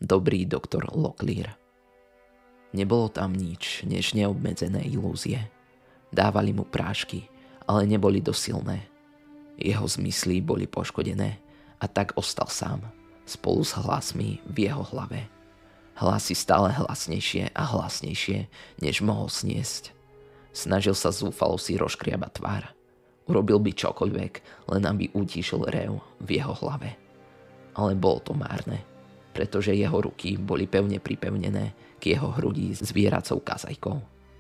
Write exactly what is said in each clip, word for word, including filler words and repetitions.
Dobrý doktor Locklear. Nebolo tam nič, než neobmedzené ilúzie. Dávali mu prášky, ale neboli dosilné. Jeho zmysly boli poškodené a tak ostal sám, spolu s hlasmi v jeho hlave. Hlasy stále hlasnejšie a hlasnejšie, než mohol sniesť. Snažil sa zúfalo si rozkriabať tvár. Urobil by čokoľvek, len aby utíšil rev v jeho hlave. Ale bolo to márne, pretože jeho ruky boli pevne pripevnené k jeho hrudi zvieracou kazajkou.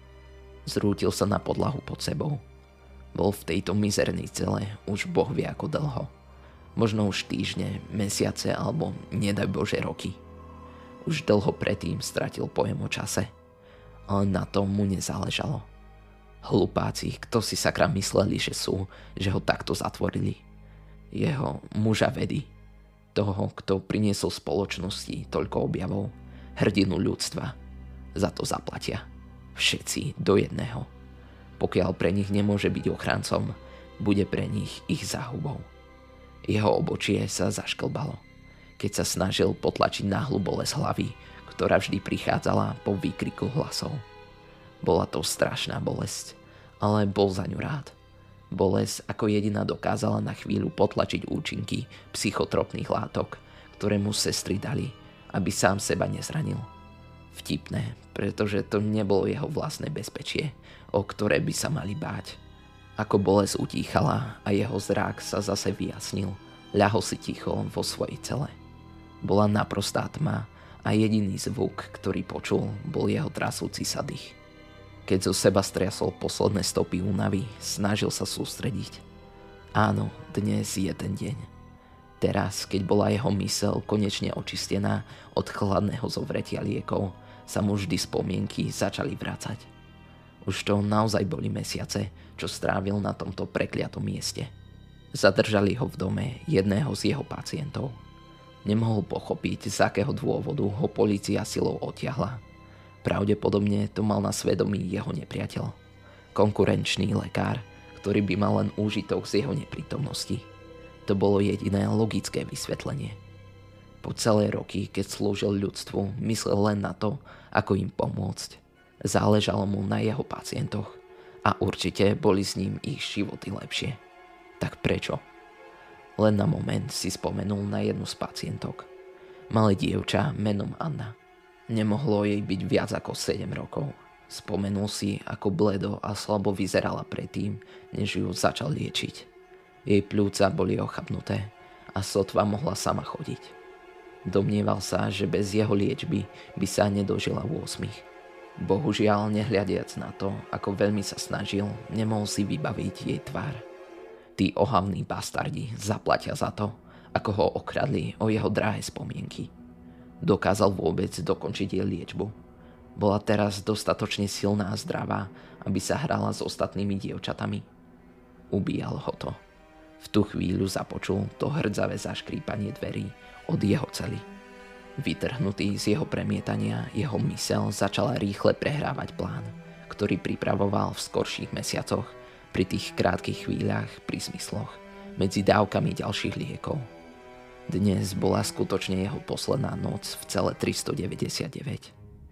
Zrútil sa na podlahu pod sebou. Bol v tejto mizernej cele už boh vie ako dlho. Možno už týždne, mesiace alebo nedaj Bože roky. Už dlho predtým stratil pojem o čase, ale na tom mu nezáležalo. Hlupáci, kto si sakra mysleli, že sú, že ho takto zatvorili. Jeho muža vedy, toho, kto priniesol spoločnosti toľko objavov, hrdinu ľudstva, za to zaplatia. Všetci do jedného. Pokiaľ pre nich nemôže byť ochrancom, bude pre nich ich záhubou. Jeho obočie sa zašklbalo, keď sa snažil potlačiť náhlu bolesť hlavy, ktorá vždy prichádzala po výkriku hlasov. Bola to strašná bolesť, ale bol za ňu rád. Bolesť ako jediná dokázala na chvíľu potlačiť účinky psychotropných látok, ktoré mu sestry dali, aby sám seba nezranil. Vtipné, pretože to nebolo jeho vlastné bezpečie, o ktoré by sa mali báť. Ako bolesť utíchala a jeho zrák sa zase vyjasnil, ľahol si ticho vo svojej cele. Bola naprostá tma a jediný zvuk, ktorý počul, bol jeho trasúci sa dých. Keď zo seba striasol posledné stopy únavy, snažil sa sústrediť. Áno, dnes je ten deň. Teraz, keď bola jeho myseľ konečne očistená od chladného zovretia liekov, sa mu vždy spomienky začali vracať. Už to naozaj boli mesiace, čo strávil na tomto prekliatom mieste. Zadržali ho v dome jedného z jeho pacientov. Nemohol pochopiť, z akého dôvodu ho polícia silou odtiahla. Pravdepodobne to mal na svedomí jeho nepriateľ. Konkurenčný lekár, ktorý by mal len úžitok z jeho neprítomnosti. To bolo jediné logické vysvetlenie. Po celé roky, keď slúžil ľudstvu, myslel len na to, ako im pomôcť. Záležalo mu na jeho pacientoch a určite boli s ním ich životy lepšie. Tak prečo? Len na moment si spomenul na jednu z pacientok. Malé dievča menom Anna. Nemohlo jej byť viac ako sedem rokov. Spomenul si, ako bledo a slabo vyzerala predtým, než ju začal liečiť. Jej pľúca boli ochabnuté a sotva mohla sama chodiť. Domnieval sa, že bez jeho liečby by sa nedožila v ôsmich. Bohužiaľ, nehľadiac na to, ako veľmi sa snažil, nemohol si vybaviť jej tvár. Tí ohavní bastardi zaplatia za to, ako ho okradli o jeho drahé spomienky. Dokázal vôbec dokončiť jej liečbu. Bola teraz dostatočne silná a zdravá, aby sa hrala s ostatnými dievčatami. Ubíjalo ho to. V tú chvíľu započul to hrdzavé zaškrípanie dverí od jeho cely. Vytrhnutý z jeho premietania, jeho myseľ začala rýchle prehrávať plán, ktorý pripravoval v skorších mesiacoch, pri tých krátkych chvíľach, pri zmysloch, medzi dávkami ďalších liekov. Dnes bola skutočne jeho posledná noc v cele tristodeväťdesiatdeväť.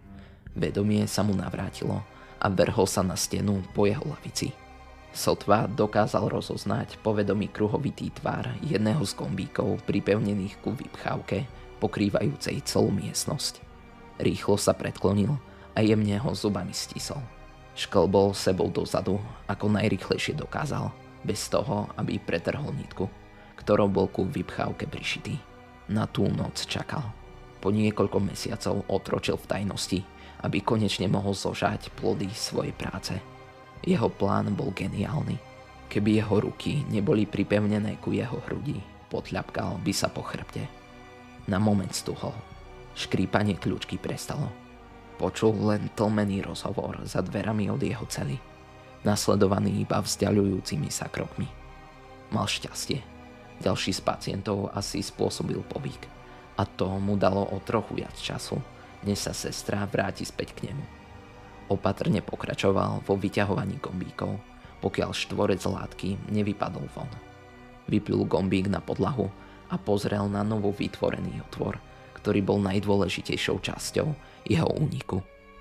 Vedomie sa mu navrátilo a vrhol sa na stenu po jeho lavici. Sotva dokázal rozoznať povedomý kruhovitý tvár jedného z gombíkov pripevnených ku vypchávke, pokrývajúcej celú miestnosť. Rýchlo sa predklonil a jemne ho zubami stisol. Šklbol sebou dozadu, ako najrýchlejšie dokázal, bez toho, aby pretrhol nitku, ktorou bol ku vypchávke prišitý. Na tú noc čakal. Po niekoľko mesiacov otročil v tajnosti, aby konečne mohol zožať plody svojej práce. Jeho plán bol geniálny. Keby jeho ruky neboli pripevnené ku jeho hrudi, potľapkal by sa po chrbte. Na moment stuhol. Škrípanie kľúčky prestalo. Počul len tlmený rozhovor za dverami od jeho cely, nasledovaný iba vzdialujúcimi sa krokmi. Mal šťastie. Ďalší z pacientov asi spôsobil povyk a to mu dalo o trochu viac času, než sa sestra vráti späť k nemu. Opatrne pokračoval vo vyťahovaní gombíkov, pokiaľ štvorec látky nevypadol von. Vyplul gombík na podlahu a pozrel na novo vytvorený otvor, ktorý bol najdôležitejšou časťou jeho úniku.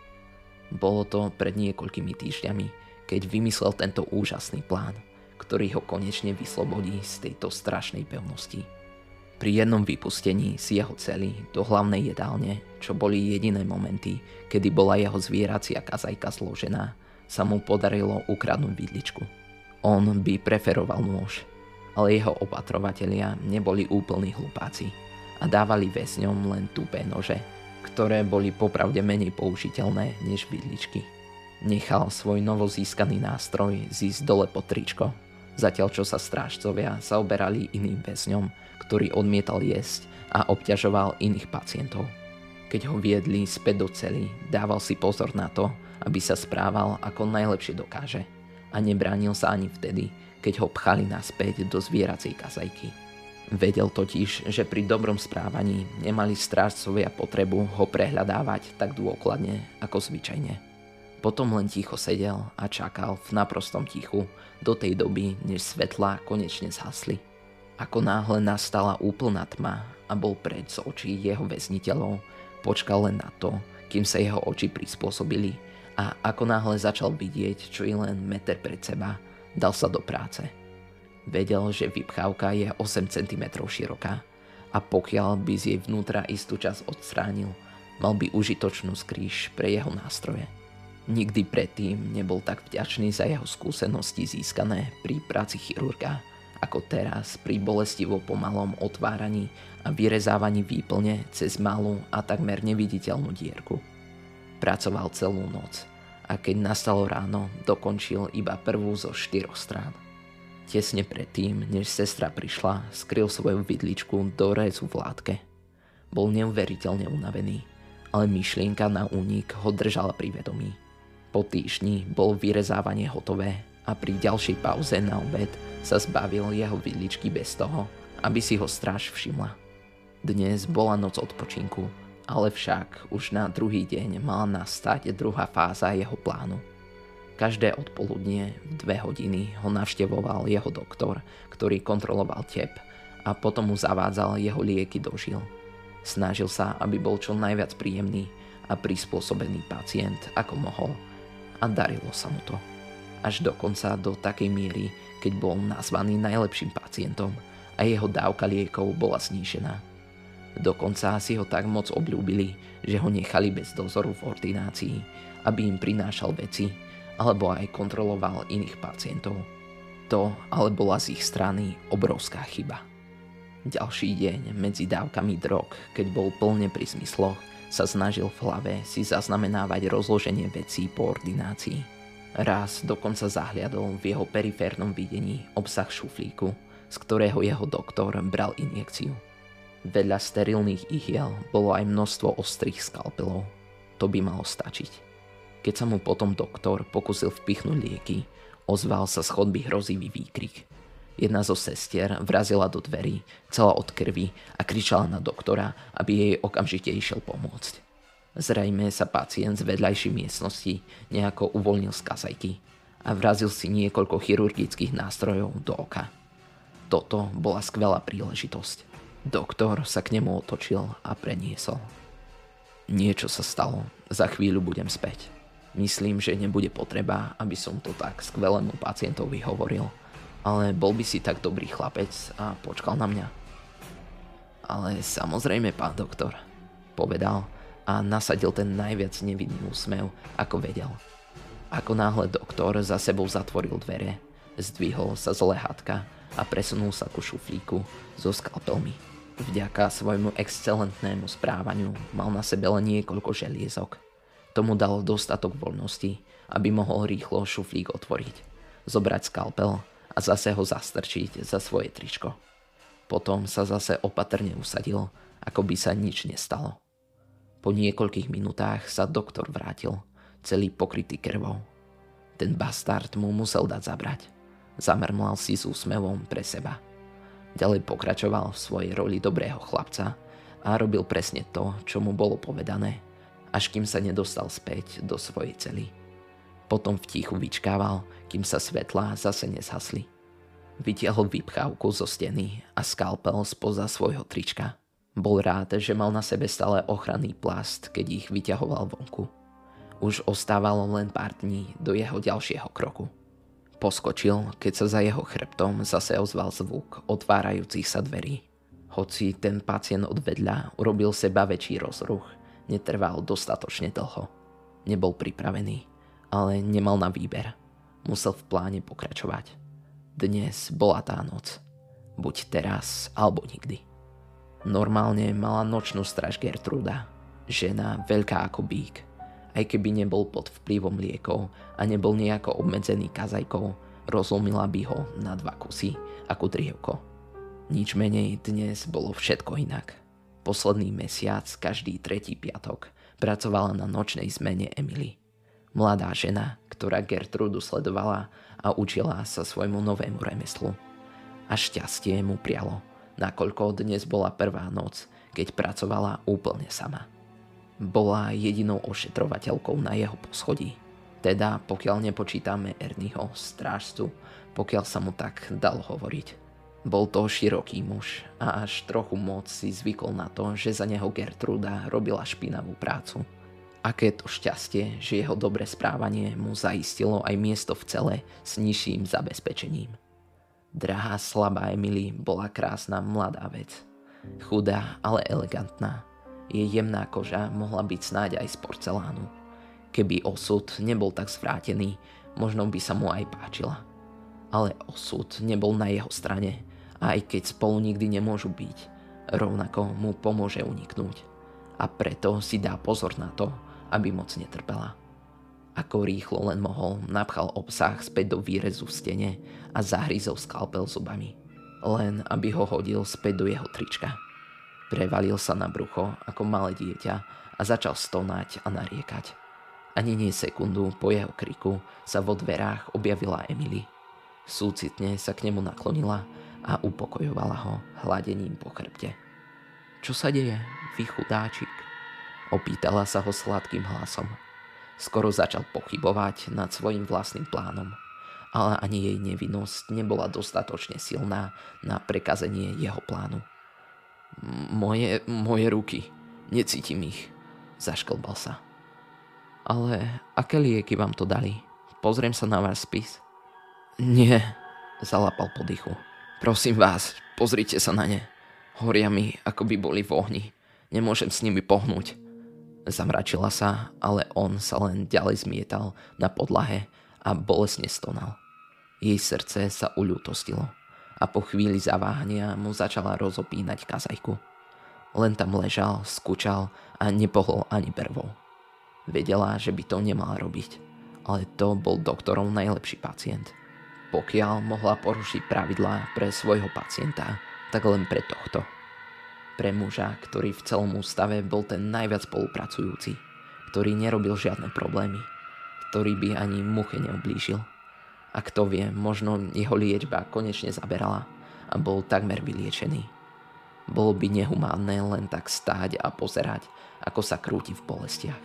Bolo to pred niekoľkými týždňami, keď vymyslel tento úžasný plán, ktorý ho konečne vyslobodí z tejto strašnej pevnosti. Pri jednom vypustení z jeho cely do hlavnej jedálne, čo boli jediné momenty, kedy bola jeho zvieracia kazajka zložená, sa mu podarilo ukradnúť vidličku. On by preferoval nôž, ale jeho opatrovatelia neboli úplní hlupáci a dávali väzňom len tupé nože, ktoré boli popravde menej použiteľné než vidličky. Nechal svoj novozískaný nástroj zísť dole pod tričko, zatiaľ čo sa strážcovia zaoberali iným väzňom, ktorý odmietal jesť a obťažoval iných pacientov. Keď ho viedli späť do cely, dával si pozor na to, aby sa správal ako najlepšie dokáže a nebránil sa ani vtedy, keď ho pchali naspäť do zvieracej kazajky. Vedel totiž, že pri dobrom správaní nemali strážcovia potrebu ho prehľadávať tak dôkladne ako zvyčajne. Potom len ticho sedel a čakal v naprostom tichu do tej doby, než svetlá konečne zhasli. Ako náhle nastala úplná tma a bol preč z očí jeho väzniteľov, počkal len na to, kým sa jeho oči prispôsobili, a ako náhle začal vidieť čo i len meter pred seba, dal sa do práce. Vedel, že vypchávka je osem centimetrov široká a pokiaľ by z jej vnútra istú časť odstránil, mal by užitočnú skrýš pre jeho nástroje. Nikdy predtým nebol tak vďačný za jeho skúsenosti získané pri práci chirurga, ako teraz pri bolestivo pomalom otváraní a vyrezávaní výplne cez malú a takmer neviditeľnú dierku. Pracoval celú noc a keď nastalo ráno, dokončil iba prvú zo štyroch strán. Tesne predtým, než sestra prišla, skryl svoju vidličku do rézu v látke. Bol neuveriteľne unavený, ale myšlienka na únik ho držala pri vedomí. Po týždni bol vyrezávanie hotové a pri ďalšej pauze na obed sa zbavil jeho vidličky bez toho, aby si ho stráž všimla. Dnes bola noc odpočinku, ale však už na druhý deň mala nastať druhá fáza jeho plánu. Každé odpoludnie v dve hodiny ho navštevoval jeho doktor, ktorý kontroloval tep a potom mu zavádzal jeho lieky do žil. Snažil sa, aby bol čo najviac príjemný a prispôsobený pacient ako mohol a darilo sa mu to. Až dokonca do takej miery, keď bol nazvaný najlepším pacientom a jeho dávka liekov bola znížená. Dokonca si ho tak moc obľúbili, že ho nechali bez dozoru v ordinácii, aby im prinášal veci alebo aj kontroloval iných pacientov. To ale bola z ich strany obrovská chyba. Ďalší deň medzi dávkami drog, keď bol plne pri zmysloch, sa snažil v hlave si zaznamenávať rozloženie vecí po ordinácii. Raz dokonca zahliadol v jeho periférnom videní obsah šuflíku, z ktorého jeho doktor bral injekciu. Vedľa sterilných ihiel bolo aj množstvo ostrých skalpelov. To by malo stačiť. Keď sa mu potom doktor pokusil vpichnúť lieky, ozval sa z chodby hrozivý výkrik. Jedna zo sestier vrazila do dverí, celá od krvi, a kričala na doktora, aby jej okamžite išiel pomôcť. Zrejme sa pacient z vedľajšej miestnosti nejako uvoľnil z kazajky a vrazil si niekoľko chirurgických nástrojov do oka. Toto bola skvelá príležitosť. Doktor sa k nemu otočil a preniesol. Niečo sa stalo, za chvíľu budem späť. Myslím, že nebude potreba, aby som to tak skvelému pacientovi hovoril, ale bol by si tak dobrý chlapec a počkal na mňa. Ale samozrejme, pán doktor, povedal a nasadil ten najviac nevidný úsmev, ako vedel. Ako náhle doktor za sebou zatvoril dvere, zdvihol sa z lehátka a presunul sa ku šuflíku so skalpelmi. Vďaka svojmu excelentnému správaniu mal na sebe len niekoľko želiezok. Tomu dalo dostatok voľnosti, aby mohol rýchlo šuflík otvoriť, zobrať skalpel a zase ho zastrčiť za svoje tričko. Potom sa zase opatrne usadil, ako by sa nič nestalo. Po niekoľkých minútach sa doktor vrátil, celý pokrytý krvou. Ten bastard mu musel dať zabrať. Zamrmlal si s úsmevom pre seba. Ďalej pokračoval v svojej roli dobrého chlapca a robil presne to, čo mu bolo povedané, až kým sa nedostal späť do svojej cely. Potom v tichu vyčkával, kým sa svetlá zase nezhasli. Vytiahol vypchávku zo steny a skalpel spoza svojho trička. Bol rád, že mal na sebe stále ochranný plast, keď ich vyťahoval vonku. Už ostávalo len pár dní do jeho ďalšieho kroku. Poskočil, keď sa za jeho chrbtom zase ozval zvuk otvárajúcich sa dverí. Hoci ten pacient od vedľa urobil seba väčší rozruch, netrval dostatočne dlho. Nebol pripravený, ale nemal na výber. Musel v pláne pokračovať. Dnes bola tá noc. Buď teraz, alebo nikdy. Normálne mala nočnú stráž Gertruda. Žena veľká ako bík. Aj keby nebol pod vplyvom liekov a nebol nejako obmedzený kazajkou, rozlomila by ho na dva kusy ako drievko. Nič menej dnes bolo všetko inak. Posledný mesiac, každý tretí piatok, pracovala na nočnej zmene Emily. Mladá žena, ktorá Gertrudu sledovala a učila sa svojmu novému remeslu. A šťastie mu prialo, nakoľko dnes bola prvá noc, keď pracovala úplne sama. Bola jedinou ošetrovateľkou na jeho poschodí. Teda pokiaľ nepočítame Ernieho, strážcu, pokiaľ sa mu tak dalo hovoriť. Bol to široký muž a až trochu moc si zvykol na to, že za neho Gertruda robila špinavú prácu. Aké to šťastie, že jeho dobré správanie mu zaistilo aj miesto v cele s nižším zabezpečením. Drahá, slabá Emily bola krásna mladá vec. Chudá, ale elegantná. Jej jemná koža mohla byť snáď aj z porcelánu. Keby osud nebol tak zvrátený, možno by sa mu aj páčila. Ale osud nebol na jeho strane a aj keď spolu nikdy nemôžu byť, rovnako mu pomôže uniknúť. A preto si dá pozor na to, aby moc netrpela. Ako rýchlo len mohol, napchal obsah späť do výrezu v stene a zahryzol skalpel zubami. Len aby ho hodil späť do jeho trička. Prevalil sa na brucho ako malé dieťa a začal stonať a nariekať. Ani nie sekundu po jeho kriku sa vo dverách objavila Emily. Súcitne sa k nemu naklonila a upokojovala ho hladením po chrbte. Čo sa deje, vy chudáčik? Opýtala sa ho sladkým hlasom. Skoro začal pochybovať nad svojim vlastným plánom, ale ani jej nevinnosť nebola dostatočne silná na prekazenie jeho plánu. Moje, moje ruky, necítim ich, zašklbal sa. Ale aké lieky vám to dali? Pozriem sa na váš spis. Nie, zalapal po dychu. Prosím vás, pozrite sa na ne. Horia mi, ako by boli v ohni. Nemôžem s nimi pohnúť. Zamračila sa, ale on sa len ďalej zmietal na podlahe a bolestne stonal. Jej srdce sa uľútostilo a po chvíli zaváhania mu začala rozopínať kazajku. Len tam ležal, skúčal a nepohol ani brvou. Vedela, že by to nemala robiť, ale to bol doktorov najlepší pacient. Pokiaľ mohla porušiť pravidlá pre svojho pacienta, tak len pre tohto. Pre muža, ktorý v celom ústave bol ten najviac spolupracujúci, ktorý nerobil žiadne problémy, ktorý by ani muche neublížil. A kto vie, možno jeho liečba konečne zaberala a bol takmer vyliečený. Bolo by nehumánne len tak stáť a pozerať, ako sa krúti v bolestiach.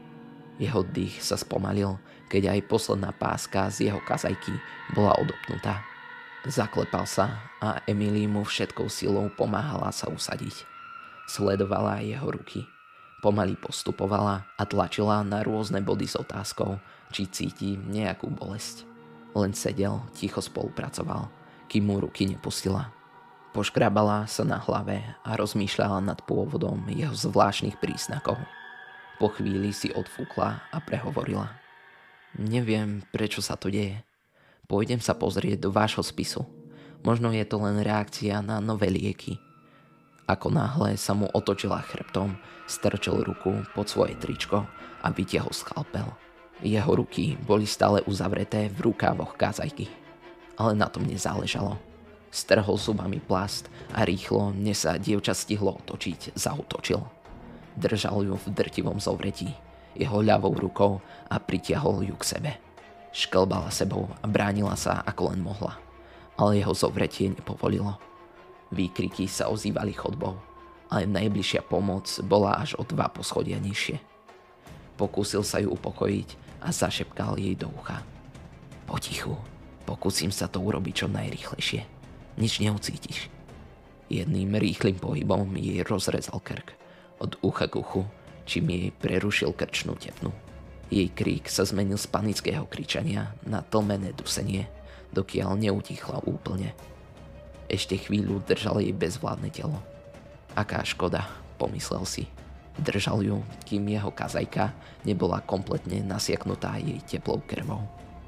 Jeho dých sa spomalil, keď aj posledná páska z jeho kazajky bola odopnutá. Zaklepal sa a Emily mu všetkou silou pomáhala sa usadiť. Sledovala jeho ruky. Pomaly postupovala a tlačila na rôzne body s otázkou, či cíti nejakú bolesť. Len sedel, ticho spolupracoval, kým mu ruky nepustila. Poškrabala sa na hlave a rozmýšľala nad pôvodom jeho zvláštnych príznakov. Po chvíli si odfúkla a prehovorila. Neviem, prečo sa to deje. Pôjdem sa pozrieť do vášho spisu. Možno je to len reakcia na nové lieky. Ako náhle sa mu otočila chrbtom, strčil ruku pod svoje tričko a vytiahol skalpel. Jeho ruky boli stále uzavreté v rukávoch kazajky. Ale na tom nezáležalo. Strhol zubami plast a rýchlo, než sa dievča stihlo otočiť, zaútočil. Držal ju v drtivom zovretí, jeho ľavou rukou a pritiahol ju k sebe. Šklbala sebou a bránila sa ako len mohla, ale jeho zovretie nepovolilo. Výkriky sa ozývali chodbou, ale najbližšia pomoc bola až o dva poschodia nižšie. Pokúsil sa ju upokojiť a zašepkal jej do ucha. Potichu, pokúsim sa to urobiť čo najrýchlejšie. Nič neucítiš. Jedným rýchlym pohybom jej rozrezal krk od ucha k uchu, čím jej prerušil krčnú tepnu. Jej krík sa zmenil z panického kričania na tlmené dusenie, dokiaľ neutichla úplne. Ešte chvíľu držal jej bezvládne telo. Aká škoda, pomyslel si. Držal ju, kým jeho kazajka nebola kompletne nasiaknutá jej teplou krvou.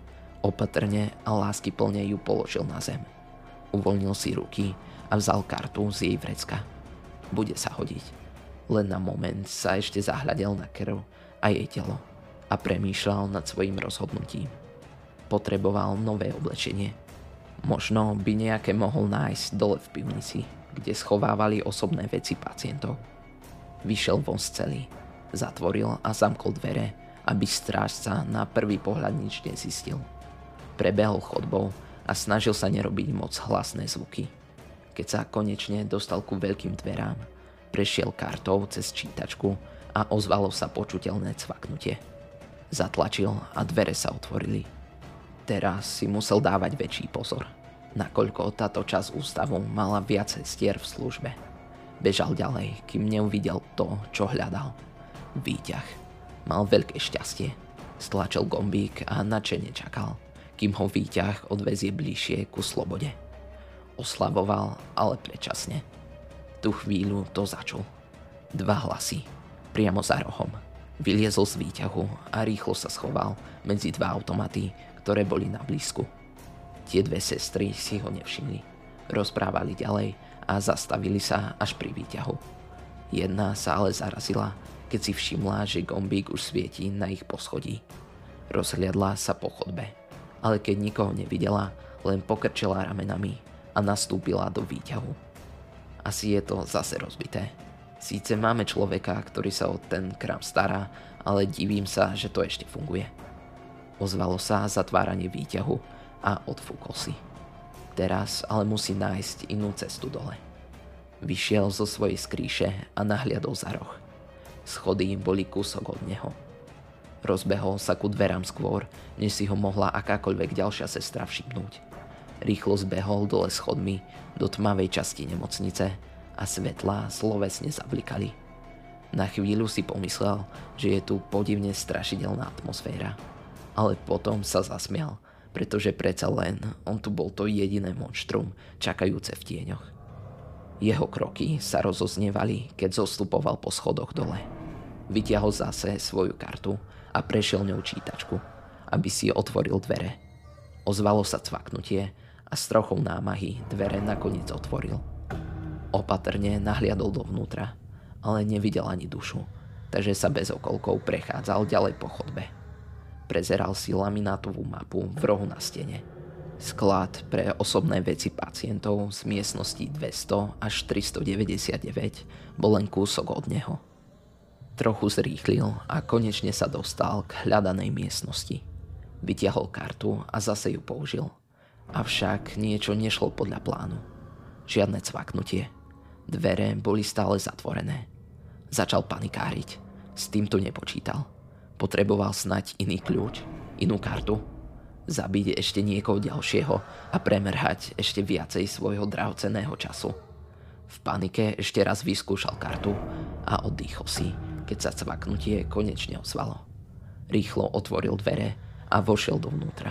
Opatrne a láskyplne ju položil na zem. Uvoľnil si ruky a vzal kartu z jej vrecka. Bude sa hodiť. Len na moment sa ešte zahľadel na krv a jej telo a premýšľal nad svojím rozhodnutím. Potreboval nové oblečenie. Možno by nejaké mohol nájsť dole v pivnici, kde schovávali osobné veci pacientov. Vyšiel von z cely, zatvoril a zamkol dvere, aby strážca na prvý pohľad nič nezistil. Prebehol chodbou a snažil sa nerobiť moc hlasné zvuky. Keď sa konečne dostal ku veľkým dverám, prešiel kartou cez čítačku a ozvalo sa počuteľné cvaknutie. Zatlačil a dvere sa otvorili. Teraz si musel dávať väčší pozor, nakoľko táto časť ústavu mala viac sestier v službe. Bežal ďalej, kým neuvidel to, čo hľadal. Výťah. Mal veľké šťastie. Stlačil gombík a nadšene čakal, kým ho výťah odvezie bližšie ku slobode. Oslavoval, ale predčasne. Tú chvíľu to začul. Dva hlasy. Priamo za rohom. Vyliezol z výťahu a rýchlo sa schoval medzi dva automaty, ktoré boli na blízku. Tie dve sestry si ho nevšimli. Rozprávali ďalej a zastavili sa až pri výťahu. Jedna sa ale zarazila, keď si všimla, že gombík už svietí na ich poschodí. Rozhliadla sa po chodbe, ale keď nikoho nevidela, len pokrčila ramenami a nastúpila do výťahu. Asi je to zase rozbité. Síce máme človeka, ktorý sa o ten krám stará, ale divím sa, že to ešte funguje. Ozvalo sa zatváranie výťahu a odfúkol si. Teraz ale musí nájsť inú cestu dole. Vyšiel zo svojej skríše a nahliadol za roh. Schody boli kúsok od neho. Rozbehol sa ku dverám skôr, než si ho mohla akákoľvek ďalšia sestra všimnúť. Rýchlo zbehol dole schodmi do tmavej časti nemocnice a svetlá slovesne zablikali. Na chvíľu si pomyslel, že je tu podivne strašidelná atmosféra, ale potom sa zasmial, pretože predsa len on tu bol to jediné monštrum čakajúce v tieňoch. Jeho kroky sa rozoznievali, keď zostupoval po schodoch dole. Vytiahol zase svoju kartu a prešiel ňou čítačku, aby si otvoril dvere. Ozvalo sa cvaknutie a s trochou námahy dvere nakoniec otvoril. Opatrne nahliadol dovnútra, ale nevidel ani dušu, takže sa bez okolkov prechádzal ďalej po chodbe. Prezeral si laminátovú mapu v rohu na stene. Sklad pre osobné veci pacientov z miestnosti dvesto až tristodeväťdesiatdeväť bol len kúsok od neho. Trochu zrýchlil a konečne sa dostal k hľadanej miestnosti. Vytiahol kartu a zase ju použil. Avšak niečo nešlo podľa plánu. Žiadne cvaknutie. Dvere boli stále zatvorené. Začal panikáriť. S týmto nepočítal. Potreboval snať iný kľúč, inú kartu. Zabiť ešte niekoho ďalšieho a premrhať ešte viacej svojho drahocenného času. V panike ešte raz vyskúšal kartu a oddychol si, keď sa cvaknutie konečne ozvalo. Rýchlo otvoril dvere a vošiel dovnútra.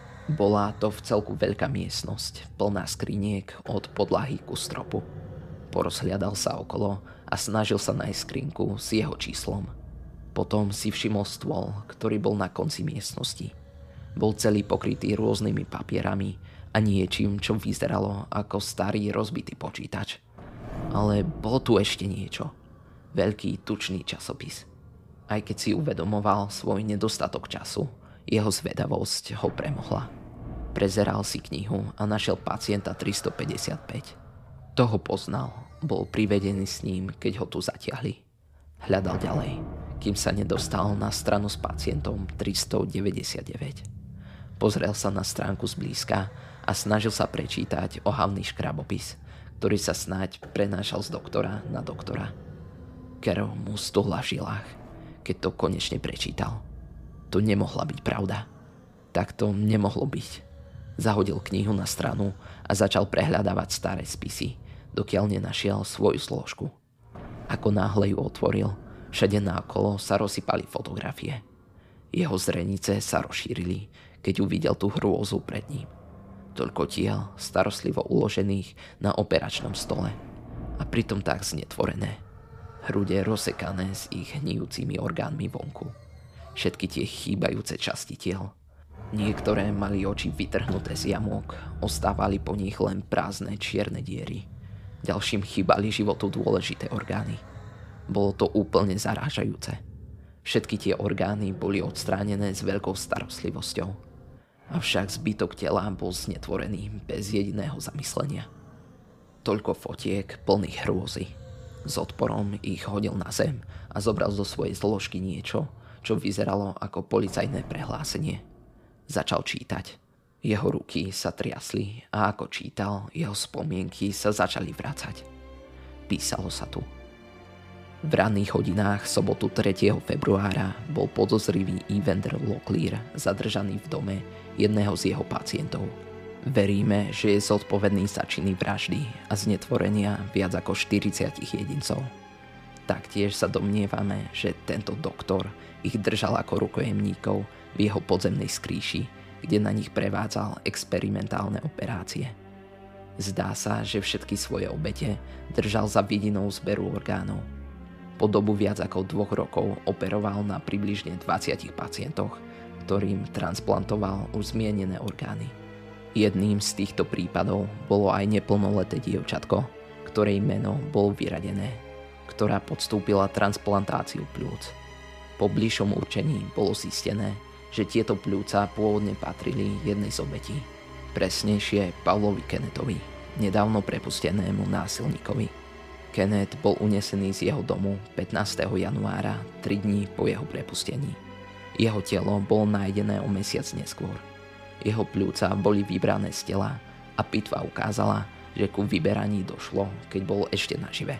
Bola to v celku veľká miestnosť, plná skriniek od podlahy ku stropu. Porozhliadal sa okolo a snažil sa nájsť skrinku s jeho číslom. Potom si všimol stôl, ktorý bol na konci miestnosti. Bol celý pokrytý rôznymi papierami a niečím, čo vyzeralo ako starý rozbitý počítač. Ale bolo tu ešte niečo. Veľký tučný časopis. Aj keď si uvedomoval svoj nedostatok času, jeho zvedavosť ho premohla. Prezeral si knihu a našiel pacienta tristopäťdesiatpäť. Toho poznal, bol privedený s ním, keď ho tu zatiahli. Hľadal ďalej, kým sa nedostal na stranu s pacientom tristodeväťdesiatdeväť. Pozrel sa na stránku zblízka a snažil sa prečítať ohavný škrabopis, ktorý sa snáď prenášal z doktora na doktora. Krv mu stuhla v žilách, keď to konečne prečítal. To nemohla byť pravda. Tak to nemohlo byť. Zahodil knihu na stranu a začal prehľadávať staré spisy, dokiaľ nenašiel svoju zložku. Ako náhle ju otvoril, všade náokolo sa rozsypali fotografie. Jeho zrenice sa rozšírili, keď uvidel tú hrôzu pred ním. Toľko tiel, starostlivo uložených na operačnom stole a pritom tak znetvorené. Hrude rozsekané s ich hnijúcimi orgánmi vonku. Všetky tie chýbajúce časti tiel. Niektoré mali oči vytrhnuté z jamok, ostávali po nich len prázdne čierne diery. Ďalším chýbali životu dôležité orgány. Bolo to úplne zarážajúce. Všetky tie orgány boli odstránené s veľkou starostlivosťou. Avšak zbytok tela bol znetvorený bez jediného zamyslenia. Toľko fotiek plných hrôzy. S odporom ich hodil na zem a zobral zo svojej zložky niečo, čo vyzeralo ako policajné prehlásenie. Začal čítať. Jeho ruky sa triasli a ako čítal, jeho spomienky sa začali vracať. Písalo sa tu. V ranných hodinách sobotu tretieho februára bol podozrivý Evander Locklear zadržaný v dome jedného z jeho pacientov. Veríme, že je zodpovedný za činy vraždy a znetvorenia viac ako štyridsať jedincov. Taktiež sa domnievame, že tento doktor ich držal ako rukojemníkov v jeho podzemnej skrýši, kde na nich prevádzal experimentálne operácie. Zdá sa, že všetky svoje obete držal za vidinou zberu orgánov. Po dobu viac ako dvoch rokov operoval na približne dvadsiatich pacientoch, ktorým transplantoval už zmienené orgány. Jedným z týchto prípadov bolo aj neplnoleté dievčatko, ktorej meno bolo vyradené, ktorá podstúpila transplantáciu pľúc. Po bližšom určení bolo zistené, že tieto pľúca pôvodne patrili jednej z obetí, presnejšie Paulovi Kennethovi, nedávno prepustenému násilníkovi. Kenneth bol unesený z jeho domu pätnásteho januára, tri dní po jeho prepustení. Jeho telo bolo nájdené o mesiac neskôr. Jeho pľúca boli vybrané z tela a pitva ukázala, že ku vyberaní došlo, keď bol ešte nažive.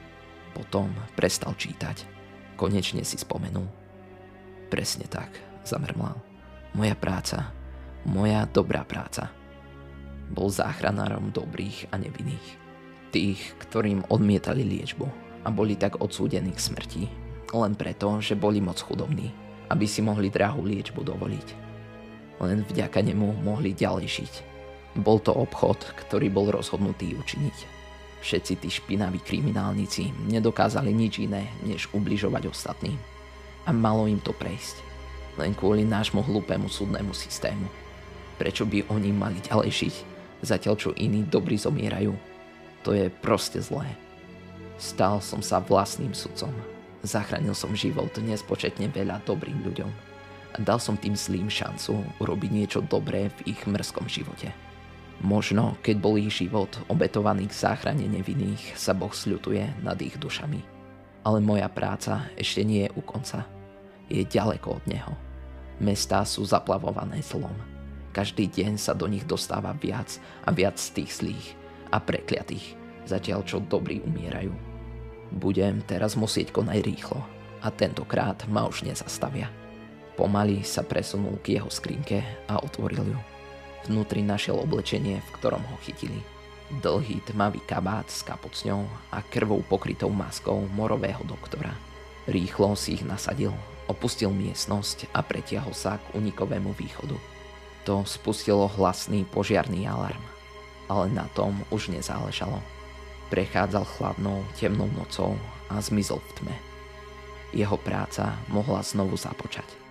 Potom prestal čítať. Konečne si spomenul. Presne tak, zamrmlal. Moja práca, moja dobrá práca. Bol záchranárom dobrých a nevinných. Tých, ktorým odmietali liečbu a boli tak odsúdení k smrti, len preto, že boli moc chudobní, aby si mohli drahú liečbu dovoliť. Len vďaka nemu mohli ďalej žiť. Bol to obchod, ktorý bol rozhodnutý učiniť. Všetci tí špinaví kriminálnici nedokázali nič iné, než ubližovať ostatným. A malo im to prejsť. Len kvôli nášmu hlúpemu súdnemu systému. Prečo by oni mali ďalej žiť, zatiaľ čo iní dobrí zomierajú? To je proste zlé. Stal som sa vlastným sudcom. Zachránil som život nespočetne veľa dobrým ľuďom. A dal som tým zlým šancu urobiť niečo dobré v ich mrzkom živote. Možno, keď bol ich život obetovaný k záchrane nevinných, sa Boh sľutuje nad ich dušami. Ale moja práca ešte nie je u konca. Je ďaleko od neho. Mestá sú zaplavované zlom. Každý deň sa do nich dostáva viac a viac z tých zlých a prekliatých, zatiaľ čo dobrí umierajú. Budem teraz musieť konať rýchlo a tentokrát ma už nezastavia. Pomaly sa presunul k jeho skrinke a otvoril ju. Vnútri našiel oblečenie, v ktorom ho chytili. Dlhý tmavý kabát s kapucňou a krvou pokrytou maskou morového doktora. Rýchlo si ich nasadil, opustil miestnosť a pretiahol sa k unikovému východu. To spustilo hlasný požiarny alarm, ale na tom už nezáležalo. Prechádzal chladnou, temnou nocou a zmizol v tme. Jeho práca mohla znovu započať.